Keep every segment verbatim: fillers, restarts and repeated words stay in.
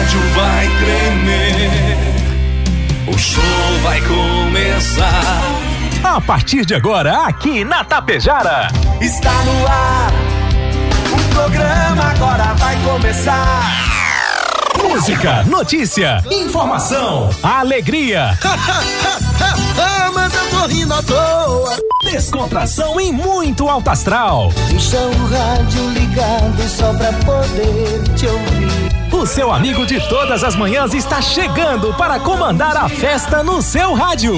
rádio vai tremer, o show vai começar. A partir de agora, aqui na Tapejara. Está no ar, o programa agora vai começar. Música, notícia, informação, alegria. Mas eu tô rindo à toa. Descontração e muito alto astral. Deixa o rádio ligado só pra poder te ouvir. O seu amigo de todas as manhãs está chegando para comandar a festa no seu rádio.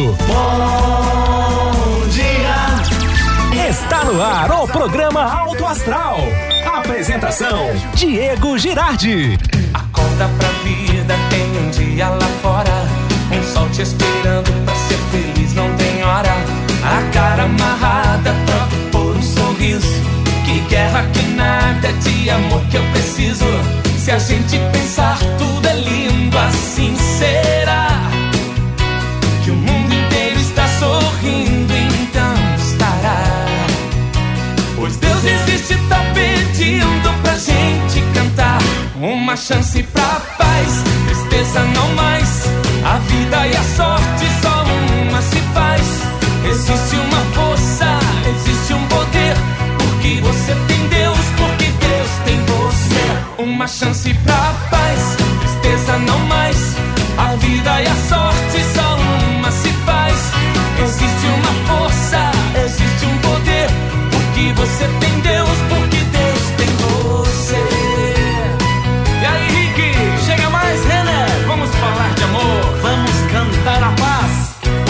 Bom dia. Está no ar o programa Alto Astral. Apresentação: Diego Girardi. Acorda pra vida, tem um dia lá fora, um sol te esperando pra ser feliz, não tem hora. A cara amarrada, troca por um sorriso. Que guerra, que nada, de amor que eu preciso. Se a gente pensar tudo é lindo, assim será. Que o mundo inteiro está sorrindo, então estará. Pois Deus existe, tá pedindo pra gente cantar. Uma chance pra paz, tristeza não mais. A vida e a sorte só uma se faz. Existe uma força, existe um poder. Porque você tem Deus, porque Deus tem você. Uma chance pra paz, tristeza não mais. A vida e a sorte só uma se faz. Existe uma força, existe um poder. Porque você tem Deus, porque Deus tem você. E aí, Rick, chega mais, René. Vamos falar de amor, vamos cantar a paz.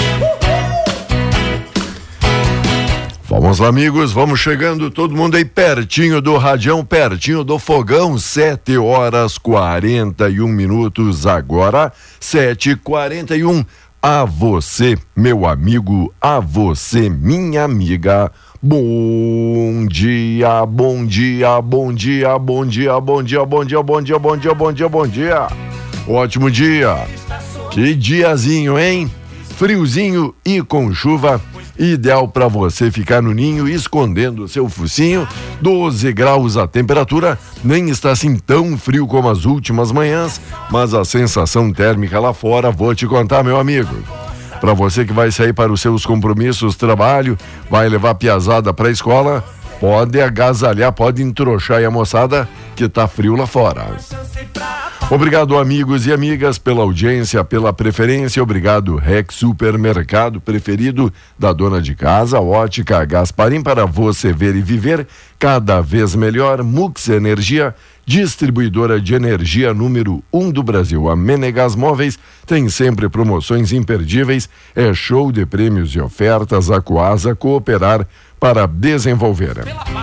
Vamos lá, amigos, vamos chegando, todo mundo aí pertinho do radião, pertinho do fogão, sete horas quarenta e um minutos agora, sete e quarenta e um. A você, meu amigo, a você, minha amiga, bom dia, bom dia, bom dia, bom dia, bom dia, bom dia, bom dia, bom dia, bom dia, bom dia. Ótimo dia. Que diazinho, hein? Friozinho e com chuva. Ideal para você ficar no ninho escondendo o seu focinho. doze graus a temperatura, nem está assim tão frio como as últimas manhãs, mas a sensação térmica lá fora, vou te contar, meu amigo. Para você que vai sair para os seus compromissos, trabalho, vai levar a piazada para a escola, pode agasalhar, pode entroxar aí a moçada que tá frio lá fora. Obrigado, amigos e amigas, pela audiência, pela preferência. Obrigado, Rex Supermercado preferido da dona de casa, Ótica Gasparim, para você ver e viver cada vez melhor. Mux Energia, distribuidora de energia número um do Brasil. A Menegas Móveis tem sempre promoções imperdíveis. É show de prêmios e ofertas. A Coasa, cooperar para desenvolver.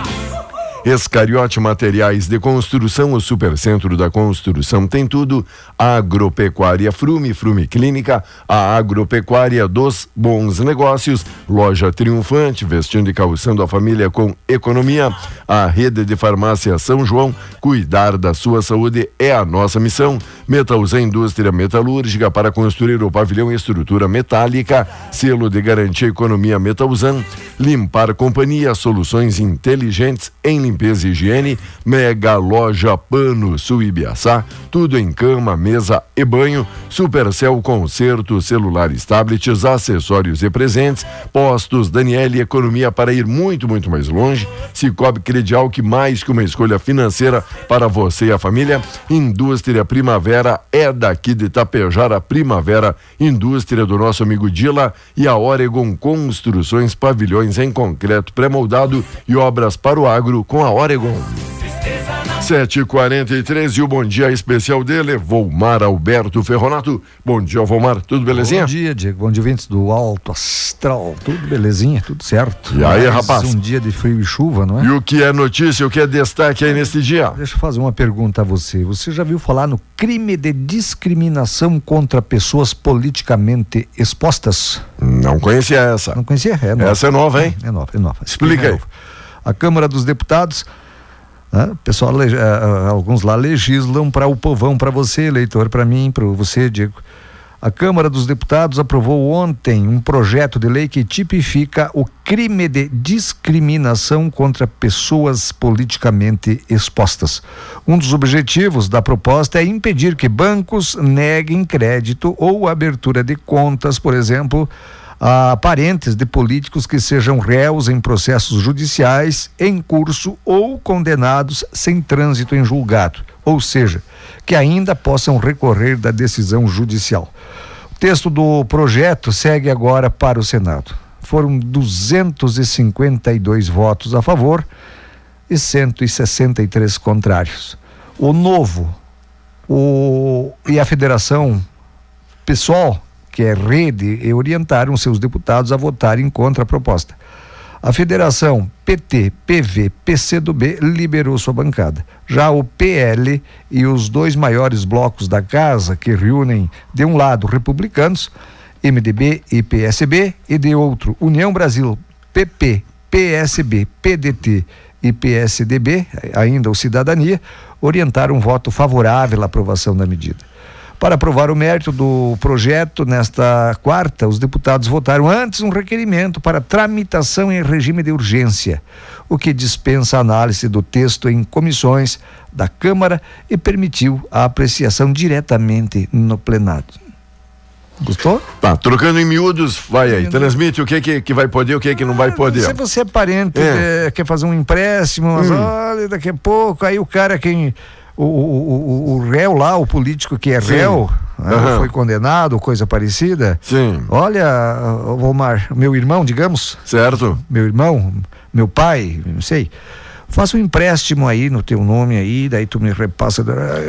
Escariote Materiais de Construção, o Supercentro da Construção tem tudo. Agropecuária Frume, Frume Clínica, a agropecuária dos bons negócios. Loja Triunfante, vestindo e calçando a família com economia. A rede de farmácia São João, cuidar da sua saúde é a nossa missão. Metalzan Indústria Metalúrgica, para construir o pavilhão e estrutura metálica. Selo de garantia Economia Metalzan. Limpar Companhia, soluções inteligentes em limpeza e higiene. Mega Loja Pano Sul Ibiaçá, tudo em cama, mesa e banho. Supercell Concerto, celulares, tablets, acessórios e presentes. Postos Daniele, economia para ir muito, muito mais longe. Cicobi Credial, que mais que uma escolha financeira para você e a família. Indústria Primavera é daqui de Tapejara. Primavera, indústria do nosso amigo Dila. E a Oregon Construções, pavilhões em concreto pré-moldado e obras para o agro com a Oregon. sete e quarenta e três e o bom dia especial dele, Volmar Alberto Ferronato. Bom dia, Volmar, tudo belezinha? Bom dia, Diego, bom dia, ouvintes do Alto Astral, tudo belezinha, tudo certo. E aí, mais rapaz? Um dia de frio e chuva, não é? E o que é notícia, o que é destaque aí neste dia? Deixa eu fazer uma pergunta a você, você já viu falar no crime de discriminação contra pessoas politicamente expostas? Não conhecia essa. Não conhecia? É nova. Essa é nova, hein? É nova, é nova. Explica aí. É a Câmara dos Deputados, né, pessoal, uh, uh, alguns lá legislam para o povão, para você, eleitor, para mim, para você, Diego, A Câmara dos Deputados aprovou ontem um projeto de lei que tipifica o crime de discriminação contra pessoas politicamente expostas. Um dos objetivos da proposta é impedir que bancos neguem crédito ou abertura de contas, por exemplo, a parentes de políticos que sejam réus em processos judiciais em curso ou condenados sem trânsito em julgado, ou seja, que ainda possam recorrer da decisão judicial. O texto do projeto segue agora para o Senado. Foram duzentos e cinquenta e dois votos a favor e cento e sessenta e três contrários. O Novo o, e a Federação PSOL, que é Rede, orientaram seus deputados a votarem contra a proposta. A Federação P T, P V, P C do B liberou sua bancada. Já o P L e os dois maiores blocos da casa, que reúnem de um lado republicanos, M D B e P S B, e de outro União Brasil, P P, P S B, P D T e P S D B, ainda o Cidadania, orientaram um voto favorável à aprovação da medida. Para aprovar o mérito do projeto, nesta quarta, os deputados votaram antes um requerimento para tramitação em regime de urgência, o que dispensa a análise do texto em comissões da Câmara e permitiu a apreciação diretamente no plenário. Gostou? Tá, trocando em miúdos, vai aí, transmite o que que, que vai poder, o que que não vai poder. Se você é parente, É. é, quer fazer um empréstimo, mas Hum. olha, daqui a pouco, aí o cara quem... O, o, o, o réu lá, o político que é Sim. réu, né, Aham. foi condenado, coisa parecida. Sim. Olha, Volmar, meu irmão, digamos, Certo? meu irmão, meu pai, não sei, faça um empréstimo aí no teu nome aí, daí tu me repassa.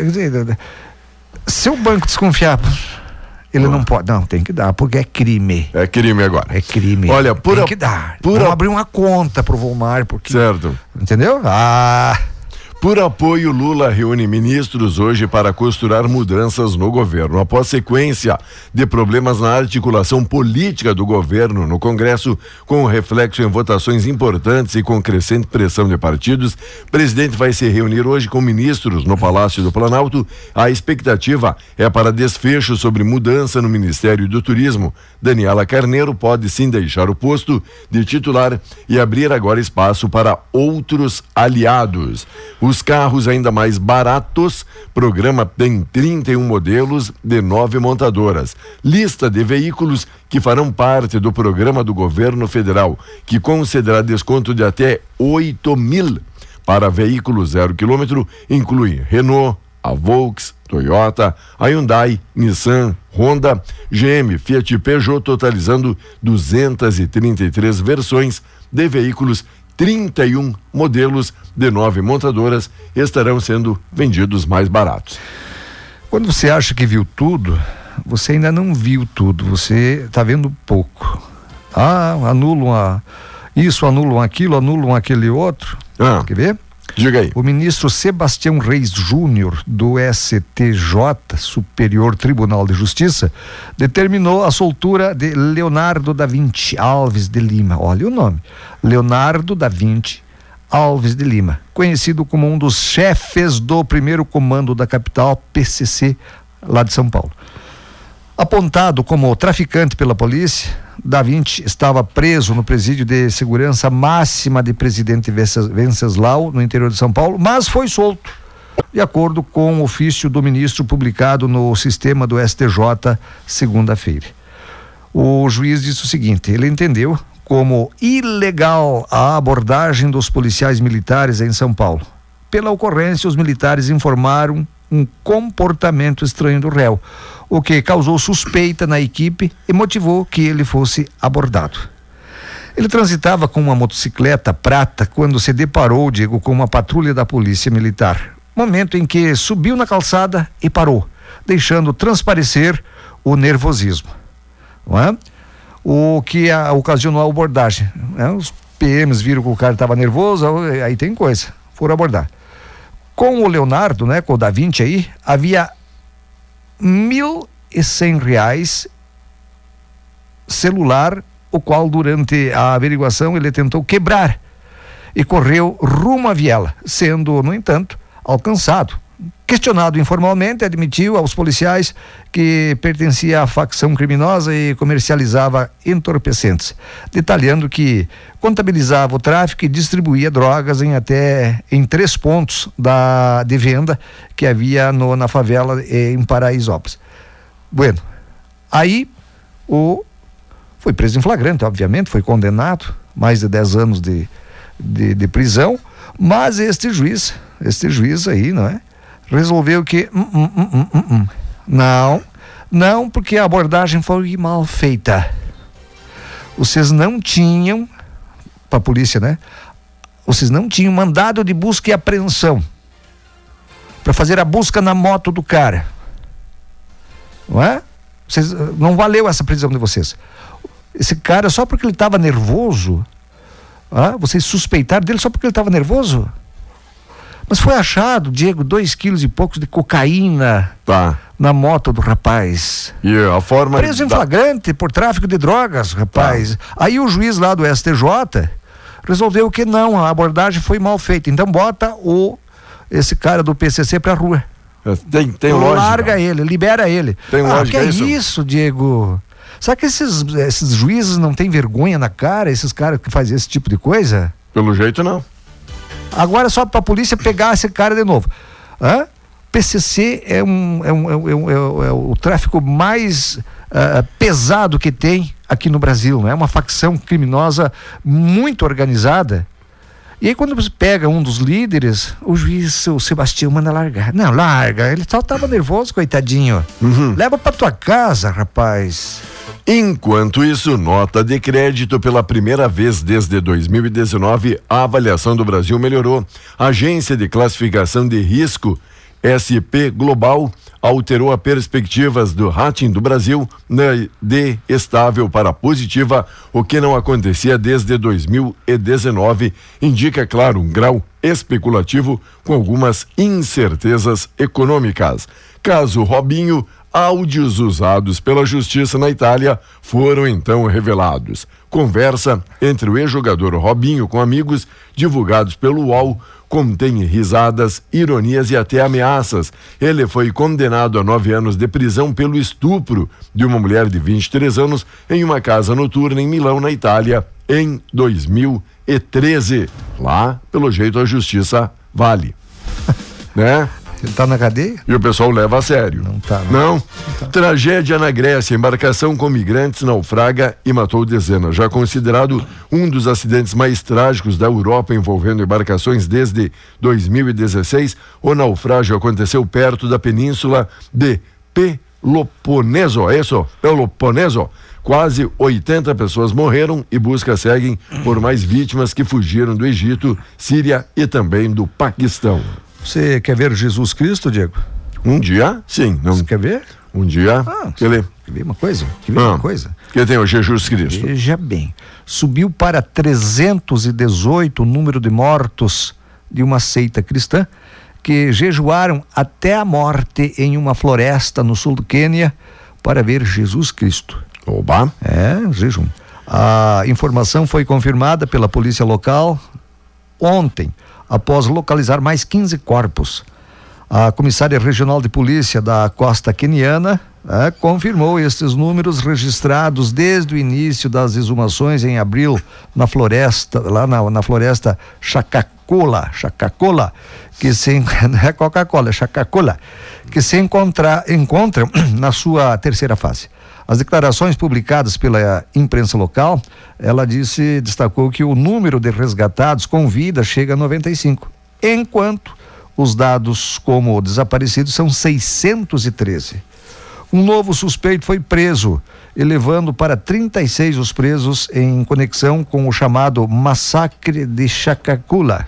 Se o banco desconfiar, ele Ah. não pode, não, tem que dar, porque é crime. É crime agora. É crime. Olha, por tem a- que dar. por Vamos a- abrir uma conta pro Volmar, porque. Certo. Entendeu? Ah. Por apoio, Lula reúne ministros hoje para costurar mudanças no governo. Após sequência de problemas na articulação política do governo no Congresso, com reflexo em votações importantes e com crescente pressão de partidos, o presidente vai se reunir hoje com ministros no Palácio do Planalto. A expectativa é para desfecho sobre mudança no Ministério do Turismo. Daniela Carneiro pode sim deixar o posto de titular e abrir agora espaço para outros aliados. Os carros ainda mais baratos, programa tem trinta e um modelos de nove montadoras. Lista de veículos que farão parte do programa do governo federal, que concederá desconto de até oito mil para veículos zero quilômetro, inclui Renault, a Volks, Toyota, a Hyundai, Nissan, Honda, G M, Fiat e Peugeot, totalizando duzentas e trinta e três versões de veículos. trinta e um modelos de nove montadoras estarão sendo vendidos mais baratos. Quando você acha que viu tudo, você ainda não viu tudo, você está vendo pouco. Ah, anulam a, isso, anulam aquilo, anulam aquele outro. Ah, Quer ver? diga aí. O ministro Sebastião Reis Júnior, do S T J, Superior Tribunal de Justiça, determinou a soltura de Leonardo da Vinci Alves de Lima. Olha o nome. Leonardo da Vinci Alves de Lima, conhecido como um dos chefes do primeiro comando da capital P C C, lá de São Paulo. Apontado como traficante pela polícia, Da Vinci estava preso no presídio de segurança máxima de Presidente Venceslau, no interior de São Paulo, mas foi solto, de acordo com o ofício do ministro publicado no sistema do S T J segunda-feira. O juiz disse o seguinte: ele entendeu como ilegal a abordagem dos policiais militares em São Paulo. Pela ocorrência, os militares informaram um comportamento estranho do réu, o que causou suspeita na equipe e motivou que ele fosse abordado. Ele transitava com uma motocicleta prata quando se deparou, Diego, com uma patrulha da polícia militar. Momento em que subiu na calçada e parou, deixando transparecer o nervosismo. Não é? O que a, ocasionou a abordagem. Né? Os P Ms viram que o cara estava nervoso, aí tem coisa, foram abordar. Com o Leonardo, né, com o Da Vinci aí, havia mil e cem reais celular, o qual durante a averiguação ele tentou quebrar e correu rumo à viela, sendo, no entanto, alcançado Questionado informalmente, admitiu aos policiais que pertencia à facção criminosa e comercializava entorpecentes, detalhando que contabilizava o tráfico e distribuía drogas em até em três pontos da, de venda que havia no, na favela em Paraisópolis. Bueno, aí o foi preso em flagrante, obviamente, foi condenado, mais de dez anos de, de, de prisão, mas este juiz, este juiz aí, não é? Resolveu que hum, hum, hum, hum, hum. não, não, porque a abordagem foi mal feita. Vocês não tinham, para a polícia, né? Vocês não tinham mandado de busca e apreensão para fazer a busca na moto do cara, não é? Vocês, não valeu essa prisão de vocês. Esse cara, só porque ele estava nervoso, ah, vocês suspeitaram dele só porque ele estava nervoso? Mas foi achado, Diego, dois quilos e poucos de cocaína tá. na moto do rapaz. E a forma... Preso em da... flagrante por tráfico de drogas, rapaz. Tá. Aí o juiz lá do S T J resolveu que não, a abordagem foi mal feita. Então bota o, esse cara do P C C pra rua. Tem, tem lógica. Larga ele, libera ele. Tem ah, lógica que é isso? isso, Diego? Sabe que esses, esses juízes não têm vergonha na cara, esses caras que fazem esse tipo de coisa? Pelo jeito não. Agora só para a polícia pegar esse cara de novo. Hã? P C C é, um, é, um, é, um, é, um, é o tráfico mais uh, pesado que tem aqui no Brasil, né? É uma facção criminosa muito organizada. E aí quando você pega um dos líderes, o juiz, o Sebastião, manda largar. Não, larga, ele só tava nervoso, coitadinho. Uhum. Leva pra tua casa, rapaz. Enquanto isso, nota de crédito pela primeira vez desde dois mil e dezenove, a avaliação do Brasil melhorou. A Agência de Classificação de Risco, S P Global, alterou as perspectivas do rating do Brasil de estável para positiva, o que não acontecia desde dois mil e dezenove, indica, claro, um grau especulativo com algumas incertezas econômicas. Caso Robinho, áudios usados pela justiça na Itália foram então revelados. Conversa entre o ex-jogador Robinho com amigos, divulgados pelo U O L, contém risadas, ironias e até ameaças. Ele foi condenado a nove anos de prisão pelo estupro de uma mulher de vinte e três anos em uma casa noturna em Milão, na Itália, em dois mil e treze. Lá, pelo jeito, a justiça vale. Né? Ele tá na cadeia? E o pessoal leva a sério. Não tá. Não. Não? Não tá. Tragédia na Grécia. Embarcação com migrantes naufraga e matou dezenas. Já considerado um dos acidentes mais trágicos da Europa envolvendo embarcações desde dois mil e dezesseis, o naufrágio aconteceu perto da península de Peloponeso. É isso? Peloponeso. Quase oitenta pessoas morreram e buscas seguem por mais vítimas que fugiram do Egito, Síria e também do Paquistão. Você quer ver Jesus Cristo, Diego? Um dia, sim. Não... Você quer ver? Um dia, ah, ele... quer ver uma coisa? Quer ver ah, uma coisa? Que tem o Jesus Cristo. Veja bem, subiu para trezentos e dezoito o número de mortos de uma seita cristã que jejuaram até a morte em uma floresta no sul do Quênia para ver Jesus Cristo. Oba! É, jejum. A informação foi confirmada pela polícia local ontem, após localizar mais quinze corpos. A comissária regional de polícia da costa queniana é, confirmou estes números registrados desde o início das exumações em abril na floresta, lá na, na floresta Chacacola, Chacacola, que se não é Coca-Cola, é Chacacola, que se encontra, encontram na sua terceira fase. As declarações publicadas pela imprensa local, ela disse, destacou que o número de resgatados com vida chega a noventa e cinco, enquanto os dados como desaparecidos são seiscentos e treze. Um novo suspeito foi preso, elevando para trinta e seis os presos em conexão com o chamado massacre de Chacacola.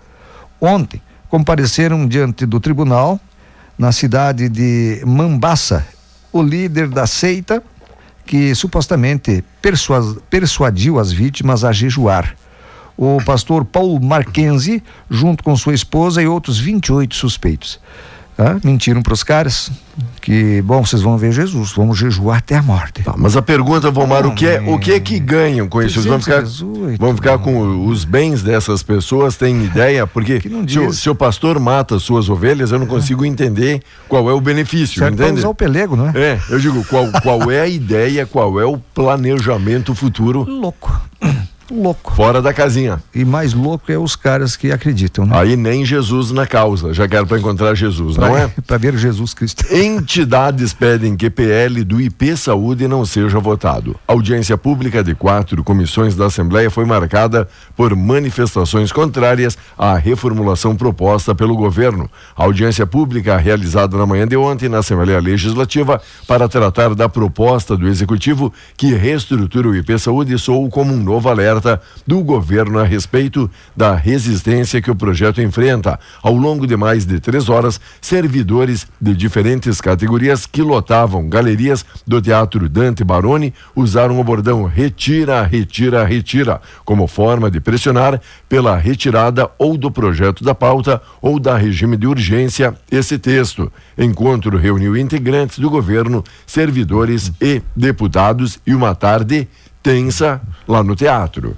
Ontem, compareceram diante do tribunal, na cidade de Mombasa, o líder da seita que supostamente persua- persuadiu as vítimas a jejuar. O pastor Paul Mackenzie, junto com sua esposa e outros vinte e oito suspeitos. Tá? Mentiram para os caras que, bom, vocês vão ver Jesus, vamos jejuar até a morte. Tá, mas a pergunta, Vomar, o que é, o que é que ganham com isso? Eles vão ficar, vão ficar com os bens dessas pessoas, tem ideia? Porque se o, se o pastor mata suas ovelhas, eu não consigo entender qual é o benefício, certo, entende? Para usar o pelego, não é? É, eu digo, qual, qual é a ideia, qual é o planejamento futuro? Louco. Louco. Fora da casinha. E mais louco é os caras que acreditam, né? Aí nem Jesus na causa, já quero para encontrar Jesus, pra, não é? Para ver Jesus Cristo. Entidades pedem que P L do I P Saúde não seja votado. A audiência pública de quatro comissões da Assembleia foi marcada por manifestações contrárias à reformulação proposta pelo governo. A audiência pública realizada na manhã de ontem na Assembleia Legislativa para tratar da proposta do Executivo que reestrutura o I P Saúde soou como um novo alerta do governo a respeito da resistência que o projeto enfrenta. Ao longo de mais de três horas, servidores de diferentes categorias que lotavam galerias do Teatro Dante Baroni usaram o bordão retira, retira, retira, como forma de pressionar pela retirada ou do projeto da pauta ou da regime de urgência esse texto. Encontro reuniu integrantes do governo, servidores e deputados e uma tarde tensa lá no teatro.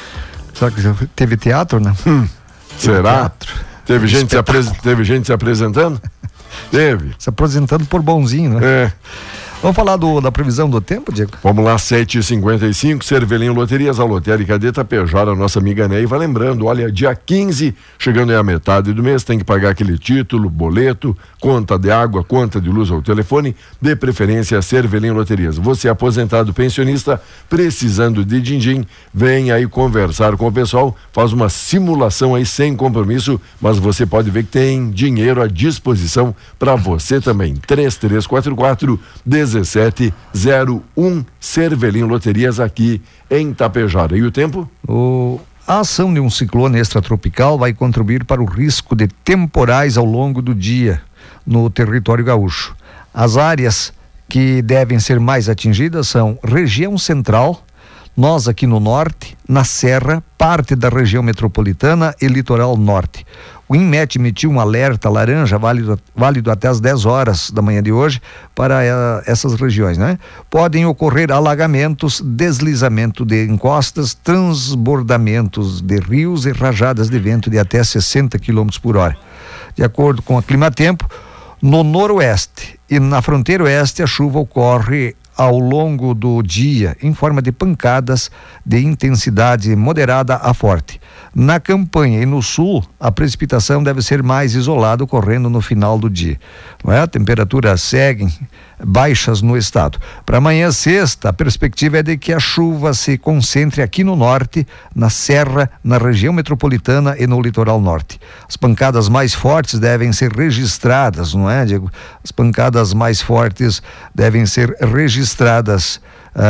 Será que já teve teatro, né? Hum, será? Teatro. Teve gente, se apres... teve gente se apresentando? Teve. Se apresentando por bonzinho, né? É. Vamos falar do, da previsão do tempo, Diego? Vamos lá, sete e cinquenta e cinco, Cervelinho Loterias, a lotérica de Itapejara, a nossa amiga Ney, vai lembrando, olha, dia quinze, chegando aí a metade do mês, tem que pagar aquele título, boleto, conta de água, conta de luz ou telefone, de preferência Cervelinho Loterias. Você aposentado, pensionista, precisando de din-din, vem aí conversar com o pessoal, faz uma simulação aí sem compromisso, mas você pode ver que tem dinheiro à disposição para você também. três três quatro quatro, dezessete zero um, Cervelinho Loterias, aqui em Itapejara. E o tempo? O... A ação de um ciclone extratropical vai contribuir para o risco de temporais ao longo do dia no território gaúcho. As áreas que devem ser mais atingidas são região central, nós aqui no norte, na Serra, parte da região metropolitana e litoral norte. O INMET emitiu um alerta laranja válido, válido até as dez horas da manhã de hoje para uh, essas regiões, né? Podem ocorrer alagamentos, deslizamento de encostas, transbordamentos de rios e rajadas de vento de até sessenta quilômetros por hora. De acordo com a Climatempo, no noroeste e na fronteira oeste a chuva ocorre ao longo do dia, em forma de pancadas de intensidade moderada a forte. Na campanha e no sul, a precipitação deve ser mais isolada, ocorrendo no final do dia. Não é? Temperaturas seguem baixas no estado. Para amanhã, sexta, a perspectiva é de que a chuva se concentre aqui no norte, na Serra, na região metropolitana e no litoral norte. As pancadas mais fortes devem ser registradas, não é, Diego? As pancadas mais fortes devem ser registradas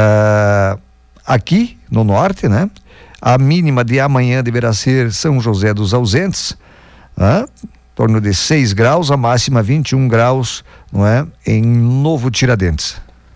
uh, aqui no norte, né? A mínima de amanhã deverá ser São José dos Ausentes, né? Em torno de seis graus, a máxima vinte e um graus, não é? Em Novo Tiradentes.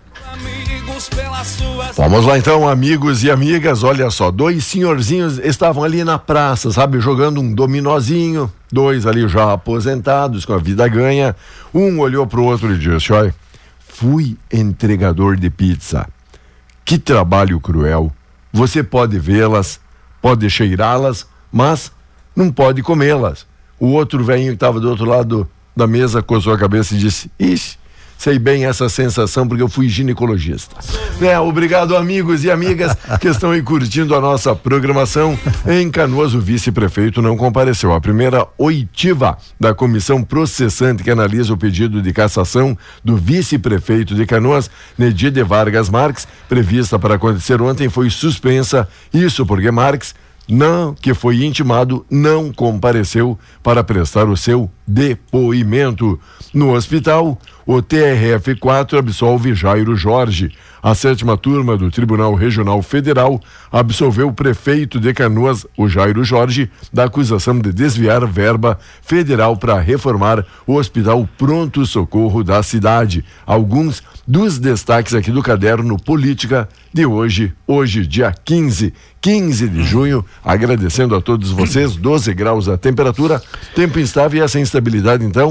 Vamos lá então, amigos e amigas, olha só, dois senhorzinhos estavam ali na praça, sabe, jogando um dominozinho, dois ali já aposentados, com a vida ganha. Um olhou pro outro e disse: olha, fui entregador de pizza. Que trabalho cruel. Você pode vê-las, pode cheirá-las, mas não pode comê-las. O outro velhinho que estava do outro lado da mesa coçou a cabeça e disse: ixi, sei bem essa sensação porque eu fui ginecologista. É, obrigado, amigos e amigas que estão aí curtindo a nossa programação. Em Canoas, o vice-prefeito não compareceu. A primeira oitiva da comissão processante que analisa o pedido de cassação do vice-prefeito de Canoas, Nedir de Vargas Marques, prevista para acontecer ontem, foi suspensa. Isso porque Marques, não, que foi intimado, não compareceu para prestar o seu depoimento. No hospital, o T R F quatro absolve Jairo Jorge. A sétima turma do Tribunal Regional Federal absolveu o prefeito de Canoas, o Jairo Jorge, da acusação de desviar verba federal para reformar o Hospital Pronto Socorro da cidade. Alguns dos destaques aqui do caderno Política de hoje, hoje dia quinze, quinze de junho, agradecendo a todos vocês, doze graus a temperatura, tempo instável e essa instabilidade então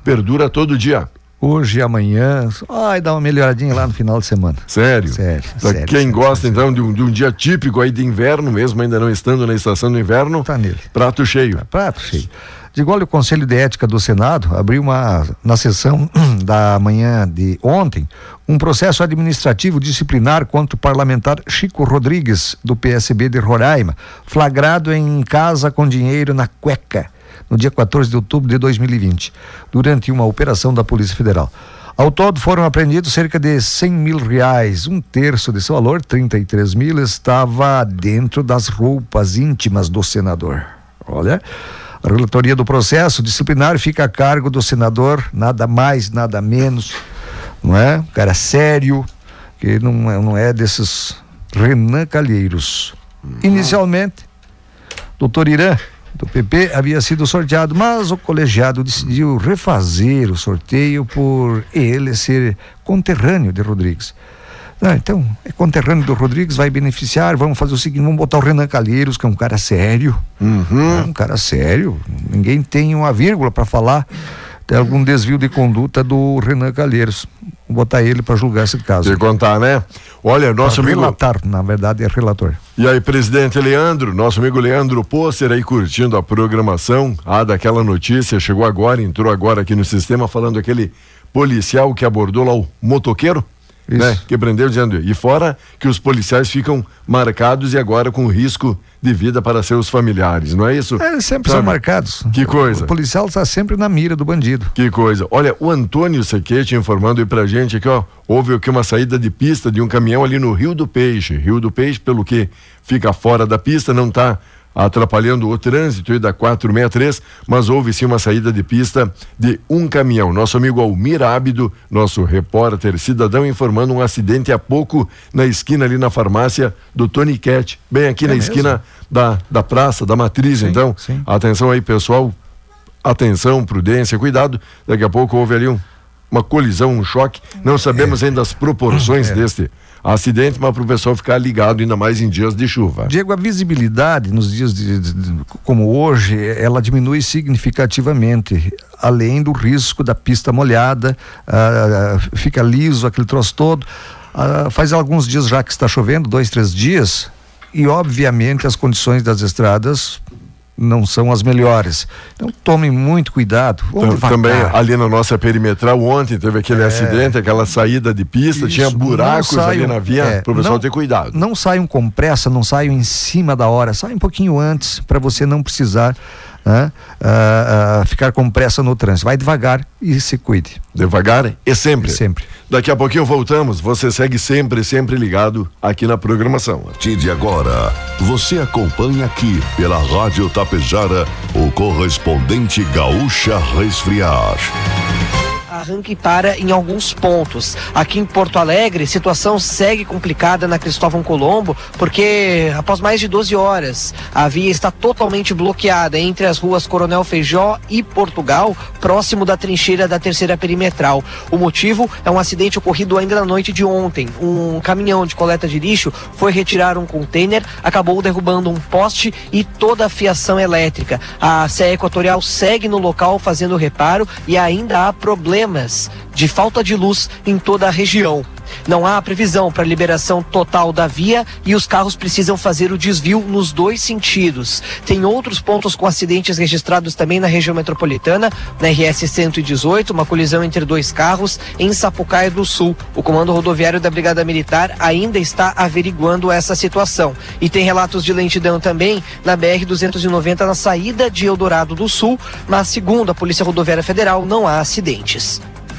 perdura todo dia. Hoje e amanhã, ai, dá uma melhoradinha lá no final de semana. Sério? Sério. Pra sério, quem sério, gosta, sério. então, de um, de um dia típico aí de inverno, mesmo ainda não estando na estação do inverno, Tá nele. prato cheio. É, prato cheio. Digo, olha, o Conselho de Ética do Senado abriu uma, na sessão da manhã de ontem, um processo administrativo disciplinar contra o parlamentar Chico Rodrigues, do P S B de Roraima, flagrado em casa com dinheiro na cueca, no dia quatorze de outubro de dois mil e vinte, durante uma operação da Polícia Federal. Ao todo foram apreendidos cerca de cem mil reais, um terço desse valor, trinta e três mil, estava dentro das roupas íntimas do senador. Olha, a relatoria do processo disciplinar fica a cargo do senador, nada mais, nada menos, não é? Um cara sério, que não é, não é desses Renan Calheiros. Inicialmente, doutor Irã, do P P, havia sido sorteado, mas o colegiado decidiu refazer o sorteio por ele ser conterrâneo de Rodrigues. Ah, então, é conterrâneo do Rodrigues, vai beneficiar, vamos fazer o seguinte, vamos botar o Renan Calheiros, que é um cara sério, Uhum. é um cara sério, ninguém tem uma vírgula para falar de algum desvio de conduta do Renan Calheiros. Vou botar ele para julgar esse caso. Te contar, né? Olha, nosso Pra amigo... relatar, na verdade é relator. E aí, presidente Leandro, nosso amigo Leandro Pôster aí curtindo a programação, ah, daquela notícia, chegou agora, entrou agora aqui no sistema, falando aquele policial que abordou lá o motoqueiro, Isso. né? Que prendeu, dizendo, e fora que os policiais ficam marcados e agora com risco de vida para seus familiares, não é isso? É, eles sempre Sabe? são marcados. Que coisa. O policial está sempre na mira do bandido. Que coisa. Olha, o Antônio Sequete informando aí pra gente aqui, ó, houve aqui uma saída de pista de um caminhão ali no Rio do Peixe. Rio do Peixe, pelo que fica fora da pista, não tá atrapalhando o trânsito aí da quatrocentos e sessenta e três, mas houve sim uma saída de pista de um caminhão. Nosso amigo Almir Ábido, nosso repórter cidadão, informando um acidente há pouco na esquina ali na farmácia do Tony Cat, bem aqui É na mesmo? esquina da, da praça, da matriz. Sim, então, sim. atenção aí, pessoal, atenção, prudência, cuidado, daqui a pouco houve ali um, uma colisão, um choque, não sabemos ainda as proporções É. deste acidente, mas para o pessoal ficar ligado ainda mais em dias de chuva. Diego, a visibilidade nos dias de, de, de, como hoje, ela diminui significativamente, além do risco da pista molhada, ah, fica liso aquele troço todo. Ah, faz alguns dias já que está chovendo, dois, três dias, e obviamente as condições das estradas não são as melhores. Então tomem muito cuidado. Vamos Tam- Também devagar. ali na nossa perimetral ontem teve aquele É. acidente, aquela saída de pista, Isso, tinha buracos não ali saiam- na via, é, para o pessoal não- ter cuidado. Não saiam com pressa, não saiam em cima da hora, saiam um pouquinho antes para você não precisar, né, ah, ah, ficar com pressa no trânsito. Vai devagar e se cuide. Devagar e sempre. Sempre. Daqui a pouquinho voltamos, você segue sempre, sempre ligado aqui na programação. A partir de agora, você acompanha aqui pela Rádio Tapejara o correspondente Gaúcha Resfriar. Arranca e para em alguns pontos. Aqui em Porto Alegre, situação segue complicada na Cristóvão Colombo, porque após mais de doze horas, a via está totalmente bloqueada entre as ruas Coronel Feijó e Portugal, próximo da trincheira da terceira perimetral. O motivo é um acidente ocorrido ainda na noite de ontem. Um caminhão de coleta de lixo foi retirar um container, acabou derrubando um poste e toda a fiação elétrica. A C E Equatorial segue no local fazendo reparo e ainda há problemas de falta de luz em toda a região. Não há previsão para liberação total da via e os carros precisam fazer o desvio nos dois sentidos. Tem outros pontos com acidentes registrados também na região metropolitana, na R S cento e dezoito, uma colisão entre dois carros em Sapucaia do Sul. O Comando Rodoviário da Brigada Militar ainda está averiguando essa situação. E tem relatos de lentidão também na B R duzentos e noventa na saída de Eldorado do Sul, mas segundo a Polícia Rodoviária Federal não há acidentes.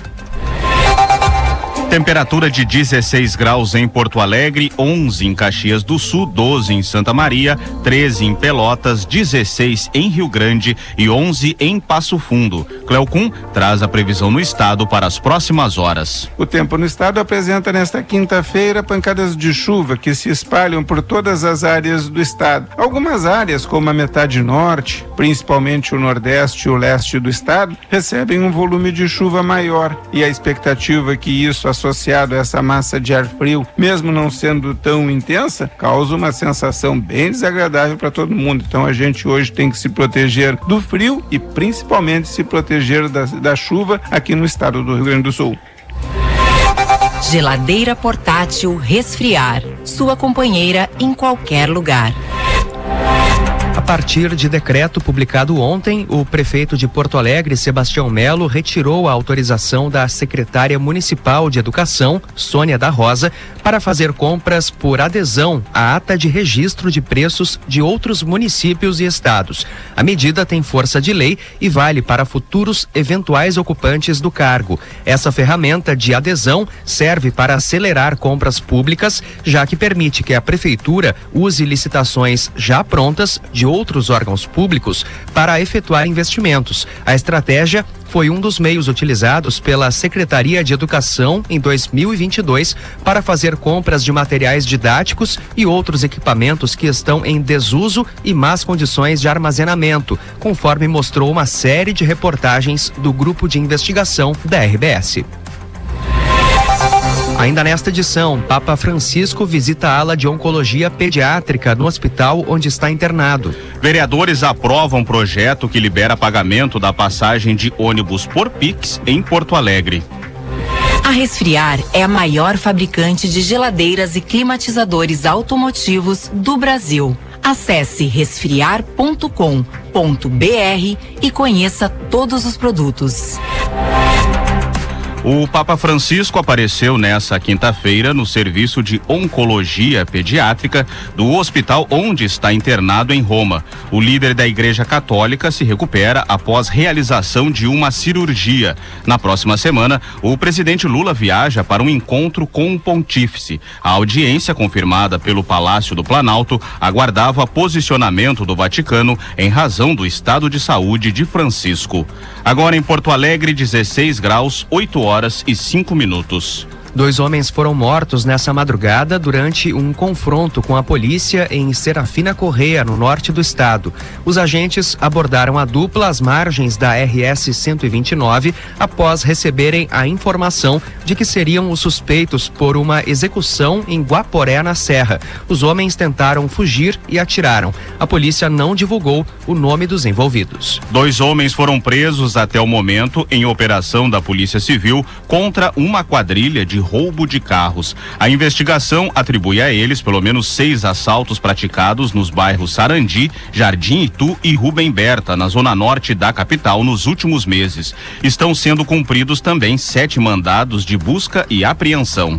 Temperatura de dezesseis graus em Porto Alegre, onze em Caxias do Sul, doze em Santa Maria, treze em Pelotas, dezesseis em Rio Grande e onze em Passo Fundo. Cleocum traz a previsão no estado para as próximas horas. O tempo no estado apresenta nesta quinta-feira pancadas de chuva que se espalham por todas as áreas do estado. Algumas áreas, como a metade norte, principalmente o nordeste e o leste do estado, recebem um volume de chuva maior e a expectativa é que isso assuma associado a essa massa de ar frio, mesmo não sendo tão intensa, causa uma sensação bem desagradável para todo mundo. Então a gente hoje tem que se proteger do frio e principalmente se proteger da, da chuva aqui no estado do Rio Grande do Sul. Geladeira portátil Resfriar, sua companheira em qualquer lugar. A partir de decreto publicado ontem, o prefeito de Porto Alegre, Sebastião Melo, retirou a autorização da secretária municipal de Educação, Sônia da Rosa, para fazer compras por adesão à ata de registro de preços de outros municípios e estados. A medida tem força de lei e vale para futuros eventuais ocupantes do cargo. Essa ferramenta de adesão serve para acelerar compras públicas, já que permite que a prefeitura use licitações já prontas de outros órgãos públicos para efetuar investimentos. A estratégia foi um dos meios utilizados pela Secretaria de Educação em dois mil e vinte e dois para fazer compras de materiais didáticos e outros equipamentos que estão em desuso e más condições de armazenamento, conforme mostrou uma série de reportagens do Grupo de Investigação da R B S. Ainda nesta edição, Papa Francisco visita a ala de oncologia pediátrica no hospital onde está internado. Vereadores aprovam um projeto que libera pagamento da passagem de ônibus por Pix em Porto Alegre. A Resfriar é a maior fabricante de geladeiras e climatizadores automotivos do Brasil. Acesse resfriar ponto com ponto br e conheça todos os produtos. O Papa Francisco apareceu nessa quinta-feira no serviço de oncologia pediátrica do hospital onde está internado em Roma. O líder da Igreja Católica se recupera após realização de uma cirurgia. Na próxima semana, o presidente Lula viaja para um encontro com o pontífice. A audiência, confirmada pelo Palácio do Planalto, aguardava posicionamento do Vaticano em razão do estado de saúde de Francisco. Agora em Porto Alegre, dezesseis graus, oito horas e cinco minutos. Dois homens foram mortos nessa madrugada durante um confronto com a polícia em Serafina Correia, no norte do estado. Os agentes abordaram a dupla às margens da R S cento e vinte e nove após receberem a informação de que seriam os suspeitos por uma execução em Guaporé, na Serra. Os homens tentaram fugir e atiraram. A polícia não divulgou o nome dos envolvidos. Dois homens foram presos até o momento em operação da Polícia Civil contra uma quadrilha de roubo de carros. A investigação atribui a eles pelo menos seis assaltos praticados nos bairros Sarandi, Jardim Itu e Rubem Berta, na zona norte da capital, nos últimos meses. Estão sendo cumpridos também sete mandados de busca e apreensão.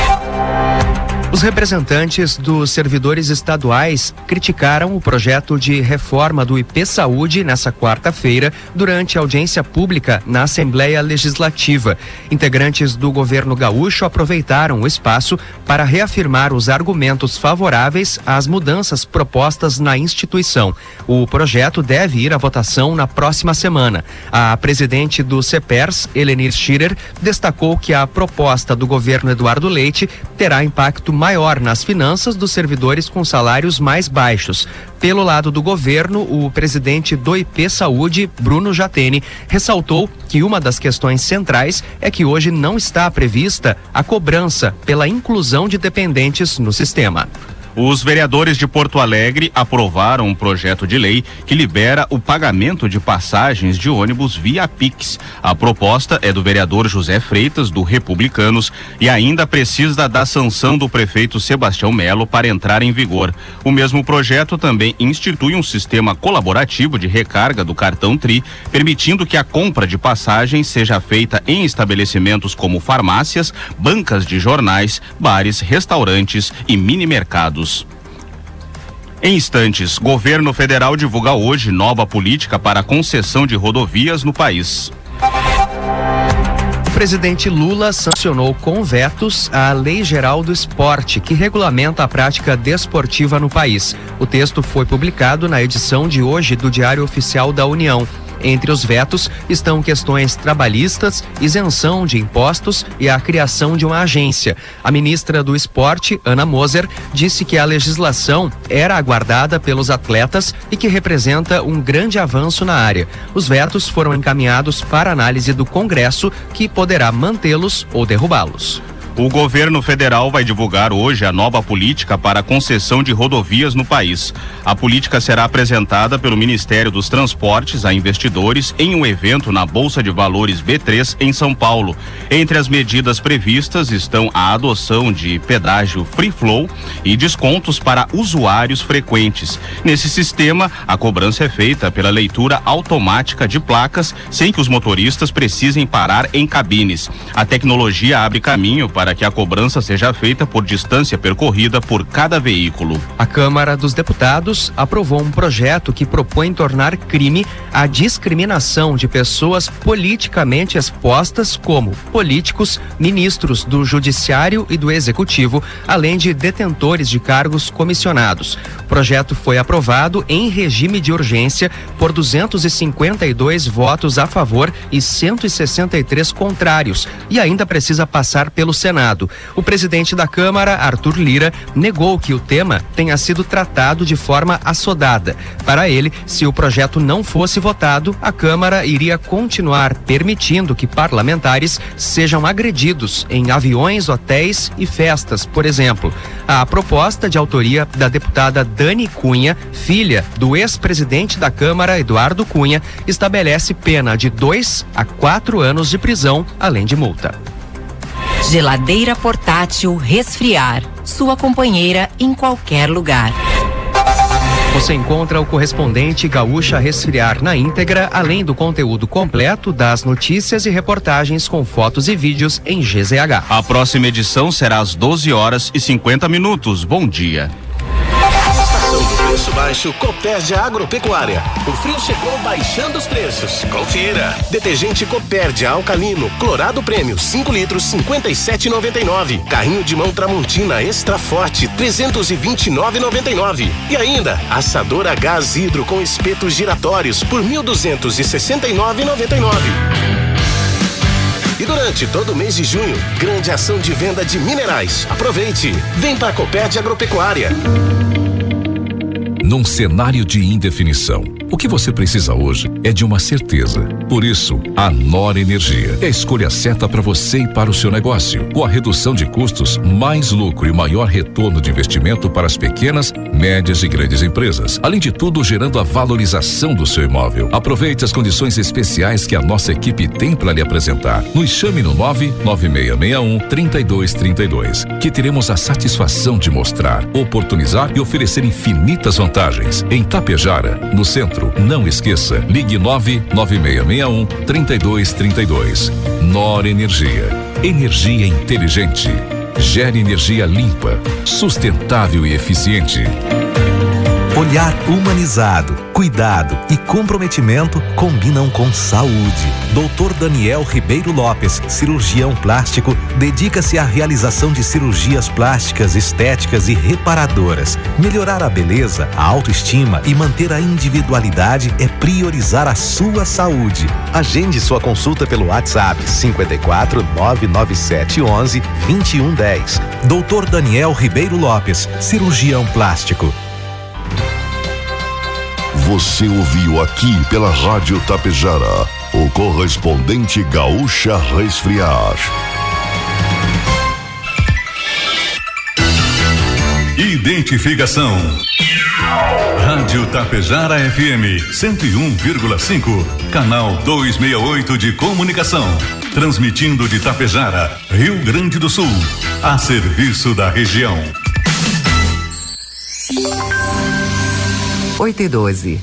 Os representantes dos servidores estaduais criticaram o projeto de reforma do I P Saúde nessa quarta-feira, durante a audiência pública na Assembleia Legislativa. Integrantes do governo gaúcho aproveitaram o espaço para reafirmar os argumentos favoráveis às mudanças propostas na instituição. O projeto deve ir à votação na próxima semana. A presidente do CEPERS, Helenir Schirer, destacou que a proposta do governo Eduardo Leite terá impacto maior nas finanças dos servidores com salários mais baixos. Pelo lado do governo, o presidente do I P Saúde, Bruno Jatene, ressaltou que uma das questões centrais é que hoje não está prevista a cobrança pela inclusão de dependentes no sistema. Os vereadores de Porto Alegre aprovaram um projeto de lei que libera o pagamento de passagens de ônibus via Pix. A proposta é do vereador José Freitas, do Republicanos, e ainda precisa da sanção do prefeito Sebastião Melo para entrar em vigor. O mesmo projeto também institui um sistema colaborativo de recarga do cartão Tri, permitindo que a compra de passagens seja feita em estabelecimentos como farmácias, bancas de jornais, bares, restaurantes e mini-mercados. Em instantes, governo federal divulga hoje nova política para a concessão de rodovias no país. O presidente Lula sancionou com vetos a Lei Geral do Esporte, que regulamenta a prática desportiva no país. O texto foi publicado na edição de hoje do Diário Oficial da União. Entre os vetos estão questões trabalhistas, isenção de impostos e a criação de uma agência. A ministra do Esporte, Ana Moser, disse que a legislação era aguardada pelos atletas e que representa um grande avanço na área. Os vetos foram encaminhados para análise do Congresso, que poderá mantê-los ou derrubá-los. O governo federal vai divulgar hoje a nova política para a concessão de rodovias no país. A política será apresentada pelo Ministério dos Transportes a investidores em um evento na Bolsa de Valores B três em São Paulo. Entre as medidas previstas estão a adoção de pedágio free flow e descontos para usuários frequentes. Nesse sistema, a cobrança é feita pela leitura automática de placas, sem que os motoristas precisem parar em cabines. A tecnologia abre caminho para que a cobrança seja feita por distância percorrida por cada veículo. A Câmara dos Deputados aprovou um projeto que propõe tornar crime a discriminação de pessoas politicamente expostas, como políticos, ministros do Judiciário e do Executivo, além de detentores de cargos comissionados. O projeto foi aprovado em regime de urgência por duzentos e cinquenta e dois votos a favor e cento e sessenta e três contrários e ainda precisa passar pelo Senado. O presidente da Câmara, Arthur Lira, negou que o tema tenha sido tratado de forma assodada. Para ele, se o projeto não fosse votado, a Câmara iria continuar permitindo que parlamentares sejam agredidos em aviões, hotéis e festas, por exemplo. A proposta, de autoria da deputada Dani Cunha, filha do ex-presidente da Câmara, Eduardo Cunha, estabelece pena de dois a quatro anos de prisão, além de multa. Geladeira portátil Resfriar, sua companheira em qualquer lugar. Você encontra o correspondente Gaúcha Resfriar na íntegra, além do conteúdo completo das notícias e reportagens com fotos e vídeos em G Z H. A próxima edição será às doze horas e cinquenta minutos. Bom dia. Preço baixo Copérdia Agropecuária. O frio chegou baixando os preços. Confira. Detergente Copérdia Alcalino, clorado prêmio, cinco litros, cinquenta e sete reais e noventa e nove centavos. Carrinho de mão Tramontina Extra Forte, trezentos e vinte e nove reais e noventa e nove centavos. E ainda, assador a gás hidro com espetos giratórios por mil duzentos e sessenta e nove reais e noventa e nove centavos. E durante todo o mês de junho, grande ação de venda de minerais. Aproveite. Vem para a Copérdia Agropecuária. Num cenário de indefinição, o que você precisa hoje é de uma certeza. Por isso, a Nor Energia é a escolha certa para você e para o seu negócio. Com a redução de custos, mais lucro e maior retorno de investimento para as pequenas, médias e grandes empresas. Além de tudo, gerando a valorização do seu imóvel. Aproveite as condições especiais que a nossa equipe tem para lhe apresentar. Nos chame no nove nove seis seis um, três dois três dois, que teremos a satisfação de mostrar, oportunizar e oferecer infinitas vantagens. Em Tapejara, no centro, não esqueça, ligue nove nove seis seis um, três dois três dois. Nor Energia, energia inteligente, gera energia limpa, sustentável e eficiente. Olhar humanizado, cuidado e comprometimento combinam com saúde. doutor Daniel Ribeiro Lopes, cirurgião plástico, dedica-se à realização de cirurgias plásticas, estéticas e reparadoras. Melhorar a beleza, a autoestima e manter a individualidade é priorizar a sua saúde. Agende sua consulta pelo WhatsApp cinco quatro nove nove sete onze vinte e um dez. doutor Daniel Ribeiro Lopes, cirurgião plástico. Você ouviu aqui pela Rádio Tapejara, o correspondente Gaúcha Resfriar. Identificação. Rádio Tapejara F M cento e um vírgula cinco, canal duzentos e sessenta e oito de comunicação, transmitindo de Tapejara, Rio Grande do Sul, a serviço da região. oito e doze.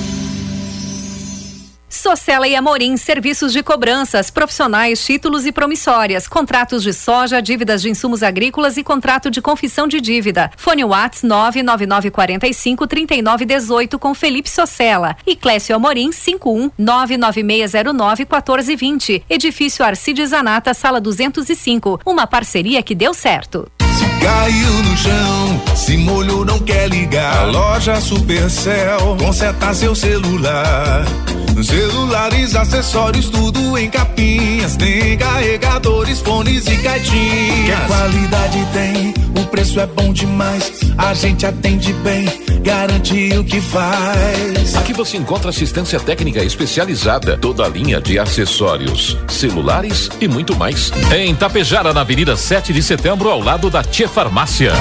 Socella e Amorim, serviços de cobranças, profissionais, títulos e promissórias, contratos de soja, dívidas de insumos agrícolas e contrato de confissão de dívida. Fone WhatsApp nove nove nove quatro cinco, três nove um oito com Felipe Socella. E Clécio Amorim, cinco um nove nove seis zero nove um quatro dois zero. Edifício Arcides Zanata, sala duzentos e cinco. Uma parceria que deu certo. caiu no chão, se molhou não quer ligar. A loja Supercell conserta seu celular. Celulares, acessórios, tudo em capinhas. Tem carregadores, fones e caixinhas. Que a qualidade tem, o preço é bom demais. A gente atende bem, garante o que faz. Aqui você encontra assistência técnica especializada, toda a linha de acessórios, celulares e muito mais. Em Tapejara, na Avenida sete de Setembro, ao lado da Tia Farmácia.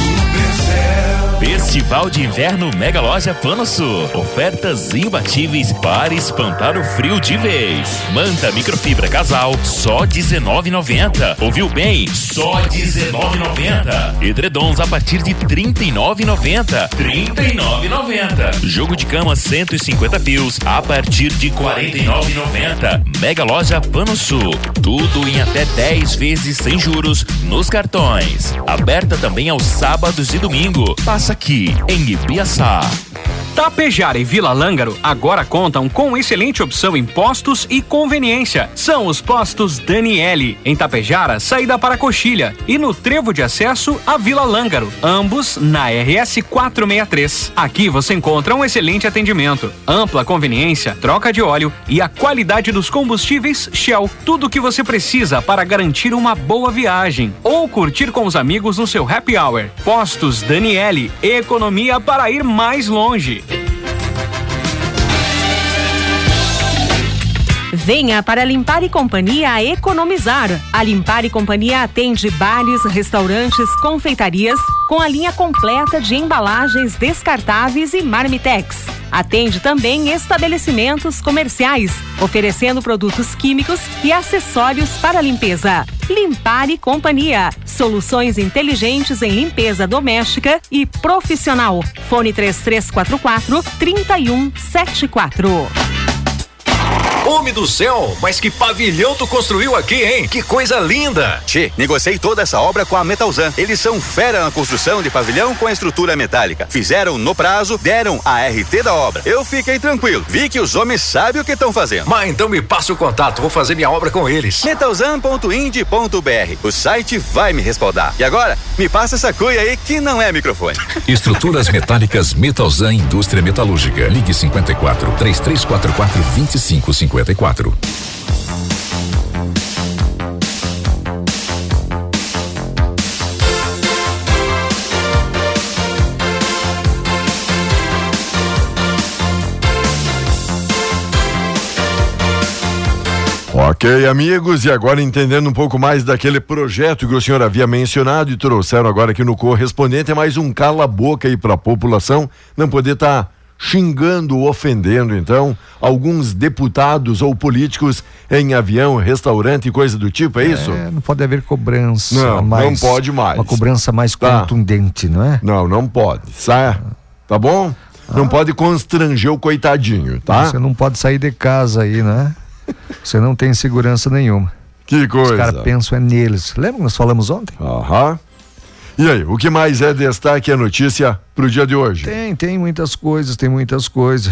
Festival de Inverno Mega Loja Panosul. Ofertas imbatíveis para espantar o frio de vez. Manta microfibra casal, só dezenove e noventa. Ouviu bem? Só dezenove e noventa. Edredons a partir de trinta e nove e noventa. trinta e nove e noventa. Jogo de cama cento e cinquenta fios a partir de quarenta e nove e noventa. Mega Loja Panosul. Tudo em até dez vezes sem juros nos cartões. Aberta também aos sábados e domingo. Passa aqui em Ibiaçá. Tapejara e Vila Lângaro agora contam com excelente opção em postos e conveniência. São os postos Daniele, em Tapejara, saída para Coxilha, e no trevo de acesso a Vila Lângaro, ambos na R S quatrocentos e sessenta e três. Aqui você encontra um excelente atendimento, ampla conveniência, troca de óleo e a qualidade dos combustíveis Shell. Tudo o que você precisa para garantir uma boa viagem ou curtir com os amigos no seu happy hour. Postos Daniele, economia para ir mais longe. Venha para a Limpar e Companhia economizar. A Limpar e Companhia atende bares, restaurantes, confeitarias com a linha completa de embalagens descartáveis e marmitex. Atende também estabelecimentos comerciais, oferecendo produtos químicos e acessórios para limpeza. Limpar e Companhia. Soluções inteligentes em limpeza doméstica e profissional. Fone três três quatro quatro, três um sete quatro. Homem do céu, mas que pavilhão tu construiu aqui, hein? Que coisa linda! Tchê, negociei toda essa obra com a Metalzan. Eles são fera na construção de pavilhão com a estrutura metálica. Fizeram no prazo, deram a R T da obra. Eu fiquei tranquilo, vi que os homens sabem o que estão fazendo. Mas então me passa o contato, vou fazer minha obra com eles. metalzan ponto ind ponto br. O site vai me respaldar. E agora, me passa essa cuia aí que não é microfone. Estruturas metálicas Metalzan Indústria Metalúrgica. Ligue cinquenta e quatro, três três quatro quatro, dois cinco cinco quatro. Ok, amigos, e agora entendendo um pouco mais daquele projeto que o senhor havia mencionado e trouxeram agora aqui no correspondente, é mais um cala-boca aí para a população não poder estar tá xingando, ofendendo, então, alguns deputados ou políticos em avião, restaurante e coisa do tipo, é, é isso? Não pode haver cobrança não, mais. Não pode mais. Uma cobrança mais tá. contundente, não é? Não, não pode. Saia, tá bom? Ah. Não pode constranger o coitadinho, tá? Você não pode sair de casa aí, né? Você não tem segurança nenhuma. Que coisa. Os caras pensam é neles. Lembra que nós falamos ontem? Aham. E aí, o que mais é destaque a notícia pro dia de hoje? Tem, tem muitas coisas, tem muitas coisas.